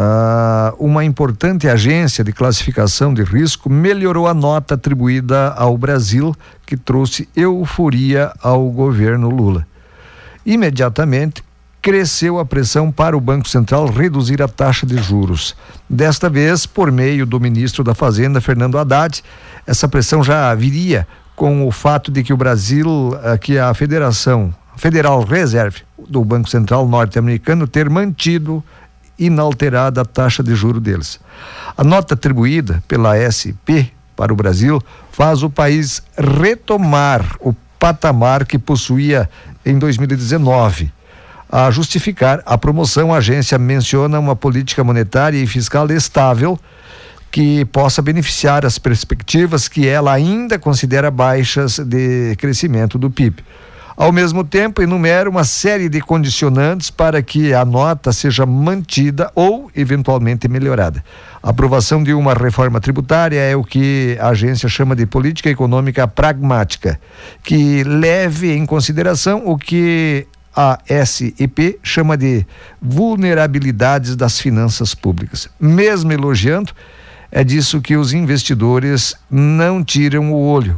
Ah, uma importante agência de classificação de risco melhorou a nota atribuída ao Brasil, que trouxe euforia ao governo Lula. Imediatamente, cresceu a pressão para o Banco Central reduzir a taxa de juros. Desta vez, por meio do ministro da Fazenda, Fernando Haddad, essa pressão já viria com o fato de que o Brasil, que a Federação Federal Reserve do Banco Central norte-americano ter mantido inalterada a taxa de juros deles. A nota atribuída pela S P para o Brasil faz o país retomar o patamar que possuía em dois mil e dezenove. A justificar a promoção, a agência menciona uma política monetária e fiscal estável que possa beneficiar as perspectivas que ela ainda considera baixas de crescimento do P I B. Ao mesmo tempo, enumera uma série de condicionantes para que a nota seja mantida ou, eventualmente, melhorada. A aprovação de uma reforma tributária é o que a agência chama de política econômica pragmática, que leve em consideração o que a S E P chama de vulnerabilidades das finanças públicas. Mesmo elogiando, é disso que os investidores não tiram o olho.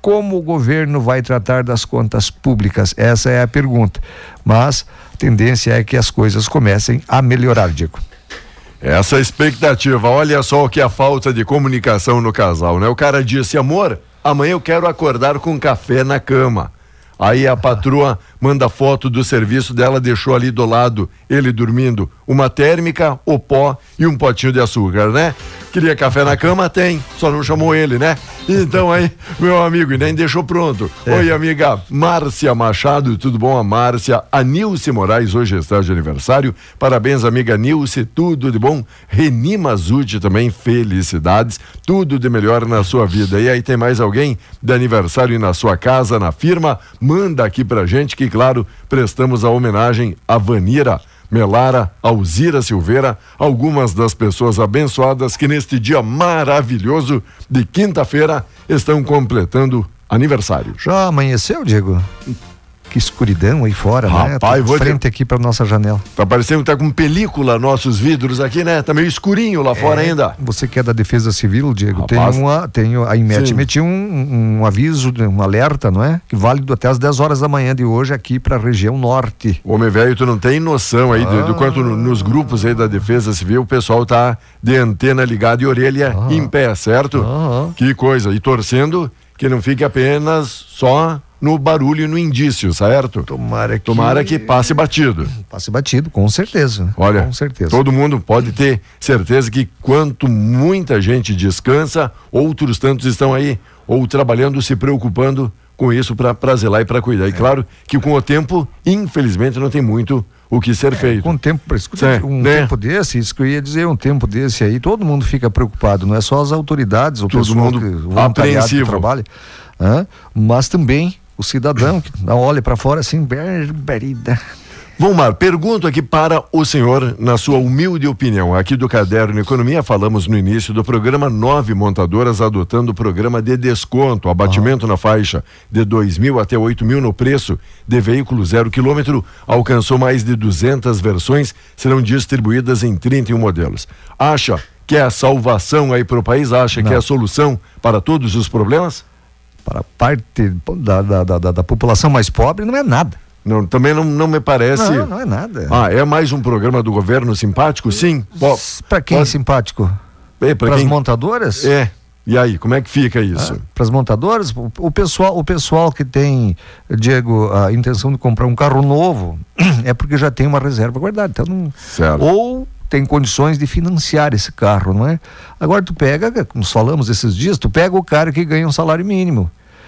como o governo vai tratar das contas públicas? Essa é a pergunta. Mas a tendência é que as coisas comecem a melhorar, Diego. Essa é a expectativa. Olha só o que é a falta de comunicação no casal, né? O cara disse: amor, amanhã eu quero acordar com café na cama. Aí a patroa manda foto do serviço dela, deixou ali do lado, ele dormindo, uma térmica, o pó e um potinho de açúcar, né? Queria café na cama? Tem, só não chamou ele, né? Então aí, meu amigo, e nem deixou pronto. É. Oi, amiga Márcia Machado, tudo bom? A Márcia, a Nilce Moraes hoje está de aniversário, parabéns, amiga Nilce, tudo de bom. Reni Mazuti também, felicidades, tudo de melhor na sua vida. E aí tem mais alguém de aniversário na sua casa, na firma? Manda aqui pra gente que, claro, prestamos a homenagem a Vanira Melara, Alzira Silveira, algumas das pessoas abençoadas que neste dia maravilhoso de quinta-feira estão completando aniversário. Já amanheceu, Diego? Que escuridão aí fora, Rapaz, né? Tô de frente ter... aqui pra nossa janela. Tá parecendo que tá com película nossos vidros aqui, né? Tá meio escurinho lá é, fora ainda. Você que é da Defesa Civil, Diego, Rapaz. tem uma, tem a IMET emitiu um, um aviso, um alerta, não é? Que válido até às dez horas da manhã de hoje aqui pra região norte. Homem velho, tu não tem noção aí ah. do, do quanto no, nos grupos aí da Defesa Civil o pessoal tá de antena ligada e orelha ah. em pé, certo? Ah. Que coisa, e torcendo que não fique apenas só no barulho e no indício, certo? Tomara que... Tomara que passe batido. Passe batido, com certeza. Olha, com certeza. Todo mundo pode ter certeza que quanto muita gente descansa, outros tantos estão aí, ou trabalhando, se preocupando com isso para zelar e para cuidar. E claro que com o tempo, infelizmente, não tem muito o que ser é, feito. Com o tempo, escuta, um né? tempo desse, isso que eu ia dizer, um tempo desse aí, todo mundo fica preocupado, não é só as autoridades, o todo pessoal mundo que, o voluntariado que trabalha, hein? Mas também o cidadão que olha para fora assim, barbarida. Vomar, pergunto aqui para o senhor, na sua humilde opinião, aqui do Caderno Economia, falamos no início do programa, nove montadoras adotando o programa de desconto, abatimento ah. na faixa de dois mil até oito mil no preço de veículo zero quilômetro, alcançou mais de duzentas versões, serão distribuídas em trinta e um modelos. Acha que é a salvação aí para o país? Acha Não. que é a solução para todos os problemas? Para parte da, da, da, da população mais pobre não é nada. Não, também não, não me parece. Não, não é nada. Ah, é mais um programa do governo simpático? Sim. Para quem pode... é simpático? É, para quem... as montadoras? É. E aí, como é que fica isso? Ah, para as montadoras, o, o pessoal, o pessoal que tem, Diego, a intenção de comprar um carro novo é porque já tem uma reserva guardada. Então não... Certo. Ou tem condições de financiar esse carro, não é? Agora tu pega, como falamos esses dias, tu pega o cara que ganha um salário mínimo,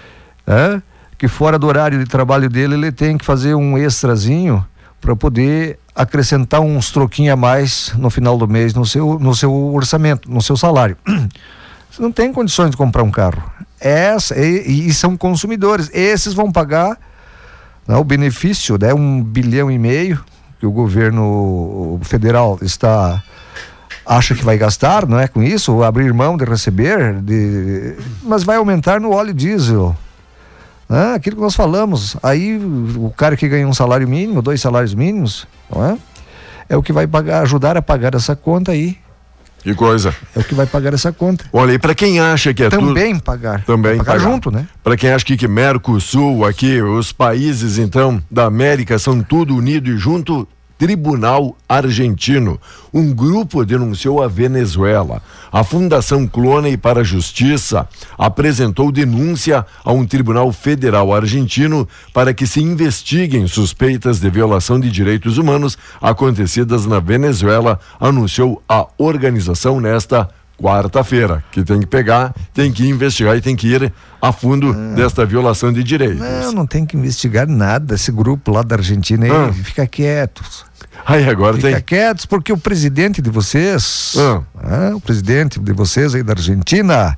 é? Que fora do horário de trabalho dele ele tem que fazer um extrazinho para poder acrescentar uns troquinhos a mais no final do mês no seu, no seu orçamento, no seu salário. Você não tem condições de comprar um carro. Essa, e, e são consumidores. Esses vão pagar, né, o benefício, né, um bilhão e meio que o governo federal está acha que vai gastar, não é, com isso, ou abrir mão de receber, de, mas vai aumentar no óleo diesel. Ah, aquilo que nós falamos, aí o cara que ganha um salário mínimo, dois salários mínimos, não é? É o que vai pagar, ajudar a pagar essa conta aí. Que coisa. É o que vai pagar essa conta. Olha, e para quem acha que é Também tudo... pagar. Também pagar. pagar junto, né? Para quem acha que, que Mercosul aqui, os países então da América são tudo unido e junto, Tribunal Argentino. Um grupo denunciou a Venezuela. A Fundação Cloney para a Justiça apresentou denúncia a um tribunal federal argentino para que se investiguem suspeitas de violação de direitos humanos acontecidas na Venezuela, anunciou a organização nesta quarta-feira, que tem que pegar, tem que investigar e tem que ir a fundo ah. desta violação de direitos. Não, não tem que investigar nada. Esse grupo lá da Argentina aí, ah. fica quietos. Aí agora fica tem... quietos, porque o presidente de vocês, ah. Ah, o presidente de vocês aí da Argentina,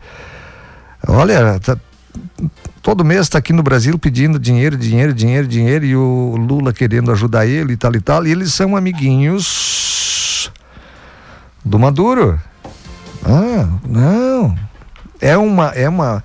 olha, tá, todo mês está aqui no Brasil pedindo dinheiro, dinheiro, dinheiro, dinheiro, e o Lula querendo ajudar ele e tal e tal, e eles são amiguinhos do Maduro. Ah, não. É uma, é uma.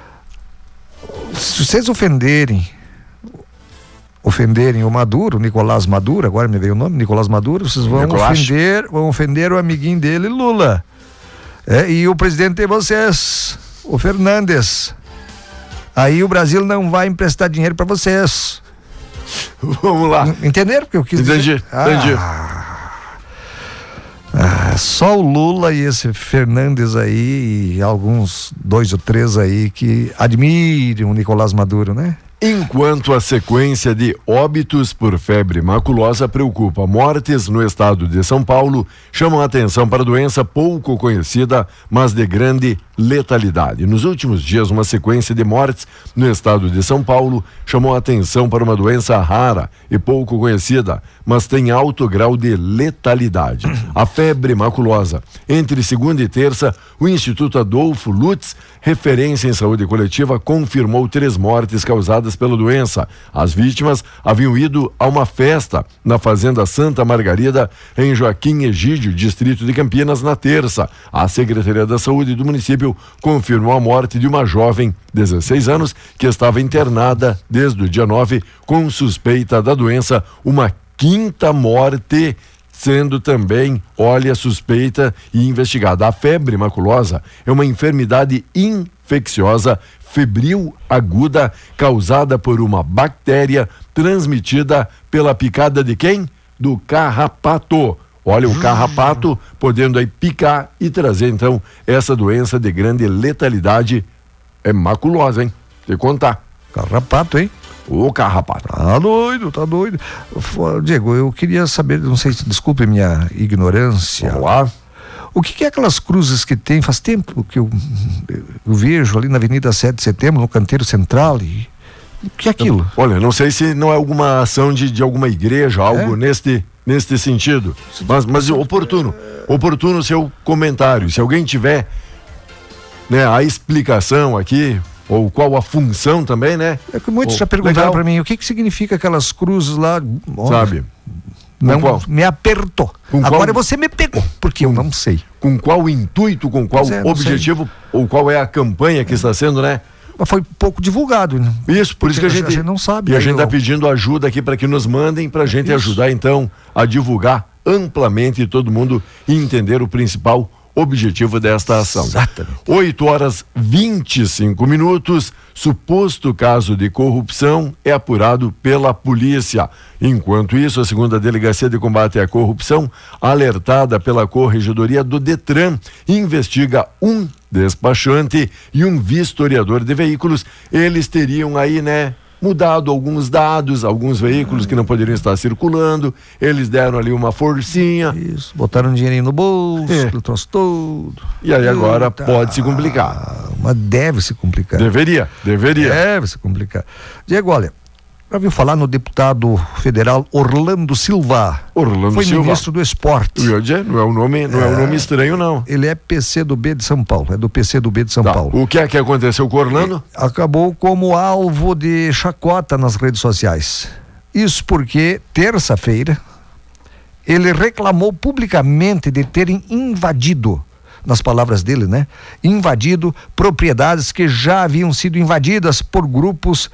Se vocês ofenderem, ofenderem o Maduro, Nicolás Maduro, agora me veio o nome, Nicolás Maduro, vocês vão Nicolás. ofender, vão ofender o amiguinho dele, Lula. É, e o presidente de vocês, o Fernandes. Aí o Brasil não vai emprestar dinheiro para vocês. Vamos lá. Entenderam o que eu quis entendi, dizer? Entendi, ah, ah, só o Lula e esse Fernandes aí e alguns dois ou três aí que admiram o Nicolás Maduro, né? Enquanto a sequência de óbitos por febre maculosa preocupa, mortes no estado de São Paulo chamam a atenção para a doença pouco conhecida, mas de grande letalidade. Nos últimos dias, uma sequência de mortes no estado de São Paulo chamou a atenção para uma doença rara e pouco conhecida, mas tem alto grau de letalidade. A febre maculosa. Entre segunda e terça, o Instituto Adolfo Lutz, referência em saúde coletiva, confirmou três mortes causadas pela doença. As vítimas haviam ido a uma festa na Fazenda Santa Margarida, em Joaquim Egídio, distrito de Campinas, na terça. A Secretaria da Saúde do município confirmou a morte de uma jovem, dezesseis anos, que estava internada desde o dia nove com suspeita da doença, uma quinta morte, sendo também, olha, suspeita e investigada. A febre maculosa é uma enfermidade infecciosa febril aguda causada por uma bactéria transmitida pela picada de quem? Do carrapato. Olha, o carrapato podendo aí picar e trazer então essa doença de grande letalidade. É maculosa, hein? Tem que contar. Carrapato, hein? Ô, carrapato. Tá doido, tá doido. Diego, eu queria saber, não sei se, desculpe minha ignorância. Vamos lá. O que, que é aquelas cruzes que tem? Faz tempo que eu, eu vejo ali na Avenida sete de Setembro, no canteiro central. E, o que é aquilo? Olha, não sei se não é alguma ação de, de alguma igreja, algo é? neste, neste sentido. Mas, mas oportuno, oportuno o seu comentário. Se alguém tiver, né, a explicação aqui, ou qual a função também, né? É que muitos oh, já perguntaram para mim, o que que significa aquelas cruzes lá? Sabe? Não, me apertou. Com Agora qual... você me pegou, porque eu não sei. Com qual intuito, com qual é, objetivo, sei. Ou qual é a campanha que está sendo, né? Mas foi pouco divulgado, né? Isso, por porque isso que a gente, a gente não sabe. E a gente está eu... pedindo ajuda aqui para que nos mandem, para a gente isso. ajudar então a divulgar amplamente e todo mundo entender o principal objetivo desta ação. Exatamente. oito horas vinte e cinco minutos, suposto caso de corrupção é apurado pela polícia. Enquanto isso, a segunda Delegacia de Combate à Corrupção, alertada pela Corregedoria do Detran, investiga um despachante e um vistoriador de veículos. Eles teriam aí, né, mudado alguns dados, alguns veículos que não poderiam estar circulando, eles deram ali uma forcinha. Isso, botaram um dinheirinho no bolso, é. o troço todo. E aí agora Eita. pode se complicar. Mas deve se complicar. Deveria, deveria. Deve se complicar. Diego, olha, já ouviu falar no deputado federal Orlando Silva? Orlando Foi Silva. ministro do esporte. Eu ia dizer, não é um nome, não é, é um nome estranho, não. Ele é P C do B de São Paulo, é do P C do B de São tá. Paulo. O que é que aconteceu com o Orlando? E acabou como alvo de chacota nas redes sociais. Isso porque, terça-feira, ele reclamou publicamente de terem invadido, nas palavras dele, né? Invadido propriedades que já haviam sido invadidas por grupos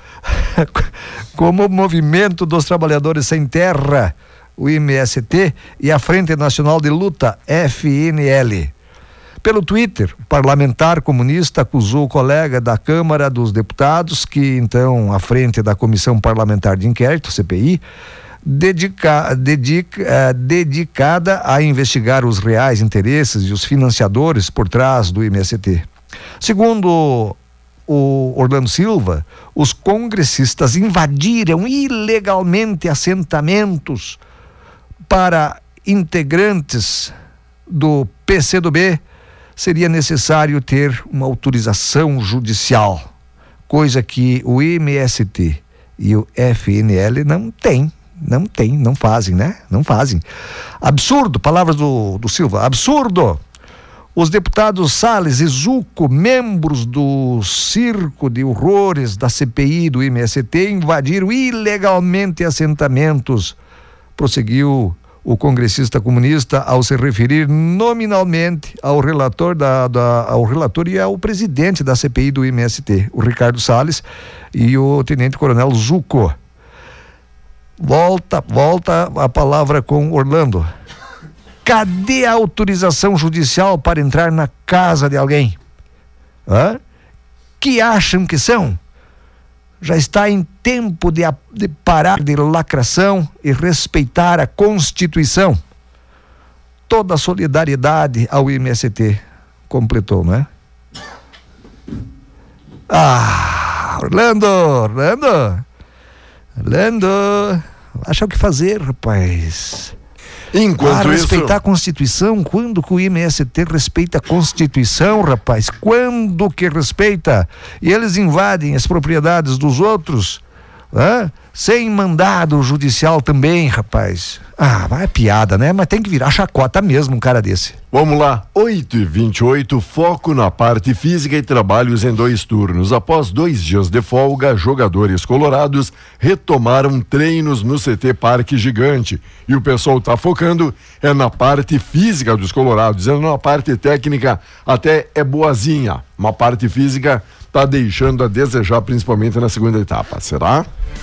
como o Movimento dos Trabalhadores Sem Terra, o M S T, e a Frente Nacional de Luta, F N L. Pelo Twitter, o parlamentar comunista acusou o colega da Câmara dos Deputados, que então, à frente da Comissão Parlamentar de Inquérito, C P I, Dedica, dedica, eh, dedicada a investigar os reais interesses e os financiadores por trás do M S T. Segundo o Orlando Silva, os congressistas invadiram ilegalmente assentamentos para integrantes do P C do B. Seria necessário ter uma autorização judicial, coisa que o M S T e o F N L não têm. Não tem, não fazem, né? Não fazem. Absurdo, palavras do, do Silva, absurdo. Os deputados Salles e Zucco, membros do circo de horrores da C P I do M S T, invadiram ilegalmente assentamentos. Prosseguiu o congressista comunista ao se referir nominalmente ao relator, da, da, ao relator e ao presidente da C P I do M S T, o Ricardo Salles, e o tenente-coronel Zucco. Volta, volta a palavra com Orlando. Cadê a autorização judicial para entrar na casa de alguém? Hã? Que acham que são? Já está em tempo de, de parar de lacração e respeitar a Constituição. Toda a solidariedade ao M S T. Completou, não é? Ah, Orlando, Orlando, Orlando, acha o que fazer, rapaz. Enquanto ah, respeitar isso... a Constituição, quando que o M S T respeita a Constituição, rapaz? Quando que respeita? E eles invadem as propriedades dos outros, né? Sem mandado judicial também, rapaz. Ah, vai piada, né? Mas tem que virar chacota mesmo um cara desse. Vamos lá, oito e vinte e oito, foco na parte física e trabalhos em dois turnos. Após dois dias de folga, jogadores colorados retomaram treinos no C T Parque Gigante. E o pessoal tá focando é na parte física dos colorados, é na parte técnica até é boazinha. Uma parte física tá deixando a desejar, principalmente na segunda etapa, será?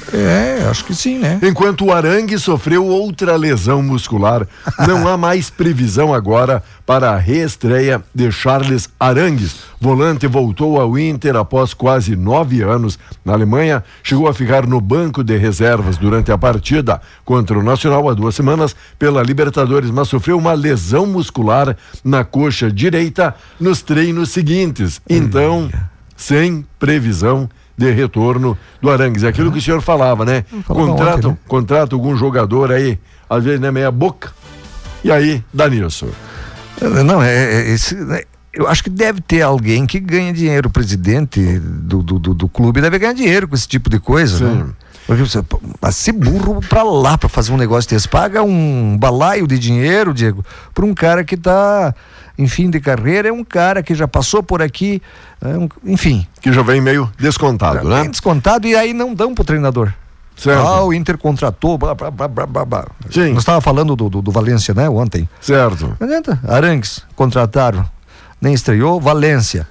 É, acho que sim, né? Enquanto o Arangues sofreu outra lesão muscular, não há mais previsão agora para a reestreia de Charles Arangues. Volante voltou ao Inter após quase nove anos na Alemanha, chegou a ficar no banco de reservas durante a partida contra o Nacional há duas semanas pela Libertadores, mas sofreu uma lesão muscular na coxa direita nos treinos seguintes. Então, sem previsão de retorno do Arangues. É aquilo que o senhor falava, né? Contrata, ontem, né? Contrata algum jogador aí, às vezes, né, meia boca, e aí dá nisso. Não, é, é esse, né, eu acho que deve ter alguém que ganha dinheiro. O presidente do, do, do, do clube deve ganhar dinheiro com esse tipo de coisa, sim, né? Porque você, mas ser burro pra lá pra fazer um negócio desse, paga um balaio de dinheiro, Diego, pra um cara que tá em fim de carreira, é um cara que já passou por aqui, é um, enfim. Que já vem meio descontado, já, né? Vem descontado, e aí não dão pro treinador. Certo. Ah, o Inter contratou, blá, blá, blá, blá, blá. Sim. Nós estávamos falando do, do, do Valência, né, ontem. Certo. Não adianta, Arangues, contrataram, nem estreou, Valência.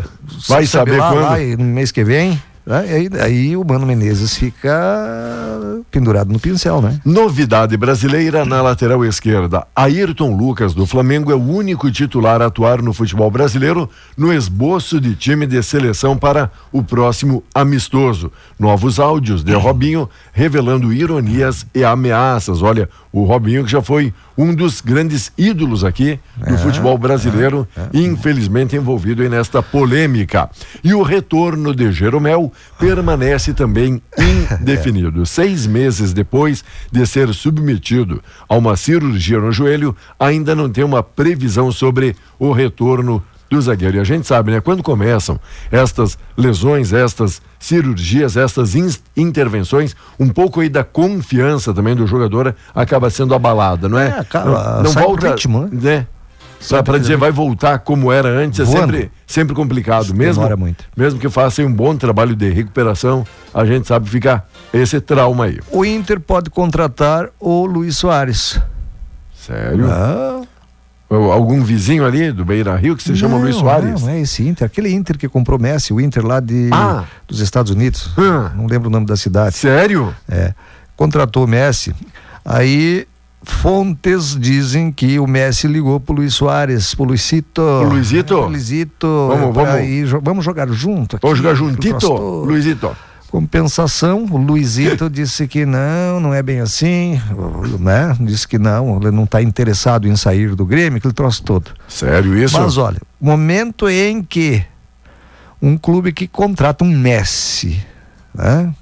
Vai saber lá, quando? Lá, no mês que vem. Aí, aí o Mano Menezes fica pendurado no pincel, né? Novidade brasileira na lateral esquerda. Ayrton Lucas, do Flamengo, é o único titular a atuar no futebol brasileiro no esboço de time de seleção para o próximo amistoso. Novos áudios de Robinho revelando ironias e ameaças. Olha, o Robinho que já foi um dos grandes ídolos aqui do é, futebol brasileiro, é, é. infelizmente envolvido aí nesta polêmica. E o retorno de Jeromel permanece também indefinido. É. Seis meses depois de ser submetido a uma cirurgia no joelho, ainda não tem uma previsão sobre o retorno do zagueiro. E a gente sabe, né? Quando começam estas lesões, estas cirurgias, estas in- intervenções, um pouco aí da confiança também do jogador acaba sendo abalada, não é? É, acaba, não não volta, o ritmo, né? né? Só para dizer, vai voltar como era antes, é sempre, sempre complicado. Mesmo, muito. mesmo que faça um bom trabalho de recuperação, a gente sabe ficar esse trauma aí. O Inter pode contratar o Luiz Soares. Sério? Ah. Algum vizinho ali do Beira-Rio que se chama não, Luiz Soares? Não, não é esse Inter, aquele Inter que comprou Messi, o Inter lá de, ah. dos Estados Unidos, ah. não lembro o nome da cidade. Sério? É, contratou o Messi, aí fontes dizem que o Messi ligou pro Luiz Soares, pro Luizito. O Luizito? É, Luizito, vamos, vamos. Aí, vamos jogar junto aqui. Vamos jogar juntito, Luizito. Compensação, o Luizito disse que não, não é bem assim, né? Disse que não, ele não está interessado em sair do Grêmio, aquele troço todo. Sério isso? Mas olha, momento em que um clube que contrata um Messi, né?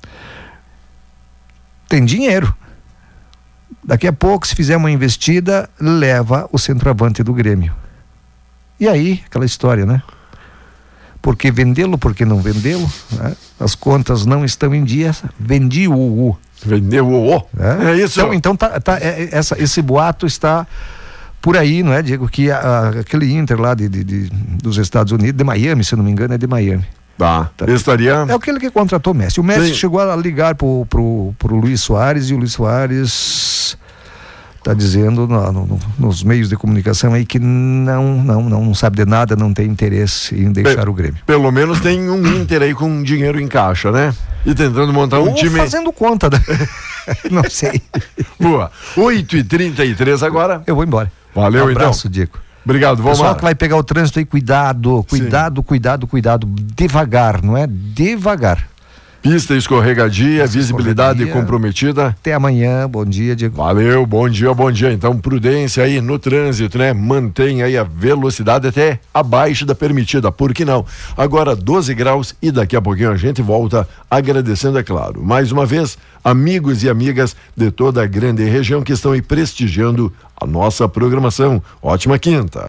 Tem dinheiro. Daqui a pouco, se fizer uma investida, leva o centroavante do Grêmio. E aí, aquela história, né? Por que vendê-lo, por que não vendê-lo, né? As contas não estão em dia, vendi o o vendeu o o é, é isso. Então, então tá, tá, é, essa, esse boato está por aí, não é, Diego? Que a, a, aquele Inter lá de, de, de, dos Estados Unidos, de Miami, se não me engano, é de Miami. Tá, tá. Estaria... É aquele que contratou o Messi. O Messi Sim. chegou a ligar pro, pro, pro Luiz Soares, e o Luiz Soares está dizendo no, no, nos meios de comunicação aí que não, não, não, não sabe de nada, não tem interesse em deixar Pe- o Grêmio. Pelo menos tem um Inter aí com dinheiro em caixa, né? E tentando montar um Ou time... fazendo conta, né? Não sei. Boa. oito e trinta e três agora. Eu vou embora. Valeu, um abraço, então. Diego. Obrigado, vamos Pessoal lá. que vai pegar o trânsito aí, cuidado, cuidado, Sim. cuidado, cuidado, devagar, não é? Devagar. Pista escorregadia, Pista visibilidade escorregadia. comprometida. Até amanhã, bom dia, Diego. Valeu, bom dia, bom dia. Então, prudência aí no trânsito, né? Mantenha aí a velocidade até abaixo da permitida, por que não? Agora doze graus e daqui a pouquinho a gente volta agradecendo, é claro, mais uma vez, amigos e amigas de toda a grande região que estão aí prestigiando a nossa programação. Ótima quinta.